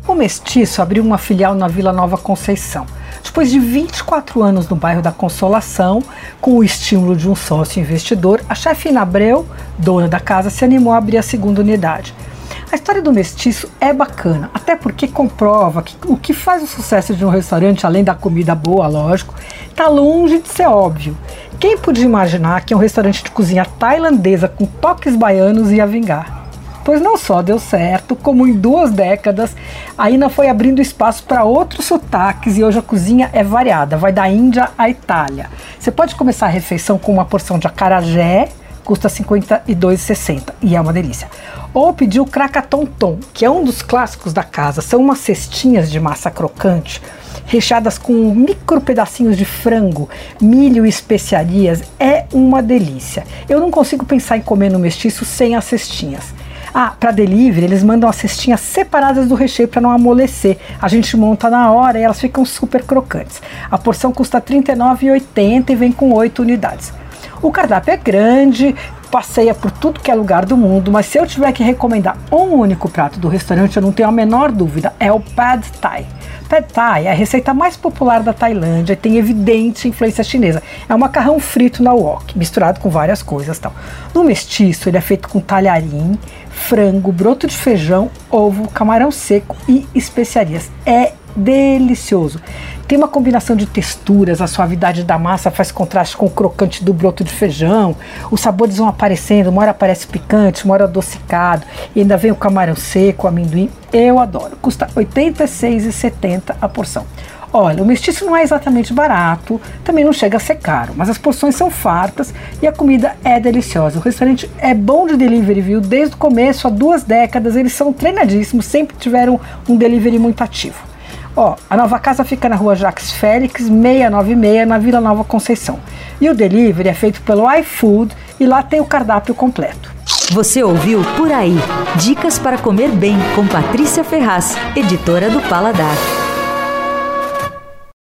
O Mestiço abriu uma filial na Vila Nova Conceição. Depois de 24 anos no bairro da Consolação, com o estímulo de um sócio investidor, a chefe Ina Abreu, dona da casa, se animou a abrir a segunda unidade. A história do Mestiço é bacana, até porque comprova que o que faz o sucesso de um restaurante, além da comida boa, lógico, está longe de ser óbvio. Quem podia imaginar que um restaurante de cozinha tailandesa com toques baianos ia vingar? Pois não só deu certo, como em 2 décadas a Ina foi abrindo espaço para outros sotaques e hoje a cozinha é variada, vai da Índia à Itália. Você pode começar a refeição com uma porção de acarajé, custa R$ 52,60 e é uma delícia. Ou pedir o cracatonton, que é um dos clássicos da casa, são umas cestinhas de massa crocante, recheadas com micro pedacinhos de frango, milho e especiarias, é uma delícia. Eu não consigo pensar em comer no Mestiço sem as cestinhas. Para delivery, eles mandam as cestinhas separadas do recheio para não amolecer. A gente monta na hora e elas ficam super crocantes. A porção custa R$ 39,80 e vem com 8 unidades. O cardápio é grande, passeia por tudo que é lugar do mundo, mas se eu tiver que recomendar um único prato do restaurante, eu não tenho a menor dúvida, é o Pad Thai. Pad Thai é a receita mais popular da Tailândia e tem evidente influência chinesa. É um macarrão frito na wok, misturado com várias coisas. Tal. No Mestiço, ele é feito com talharim, frango, broto de feijão, ovo, camarão seco e especiarias. É delicioso. Tem uma combinação de texturas, a suavidade da massa faz contraste com o crocante do broto de feijão, os sabores vão aparecendo, uma hora aparece picante, uma hora adocicado, e ainda vem o camarão seco, o amendoim. Eu adoro. Custa R$ 86,70 a porção. Olha, o Mestiço não é exatamente barato, também não chega a ser caro, mas as porções são fartas e a comida é deliciosa. O restaurante é bom de delivery, viu? Desde o começo, há 2 décadas, eles são treinadíssimos, sempre tiveram um delivery muito ativo. A nova casa fica na rua Jacques Félix, 696, na Vila Nova Conceição. E o delivery é feito pelo iFood e lá tem o cardápio completo. Você ouviu Por Aí. Dicas para comer bem com Patrícia Ferraz, editora do Paladar.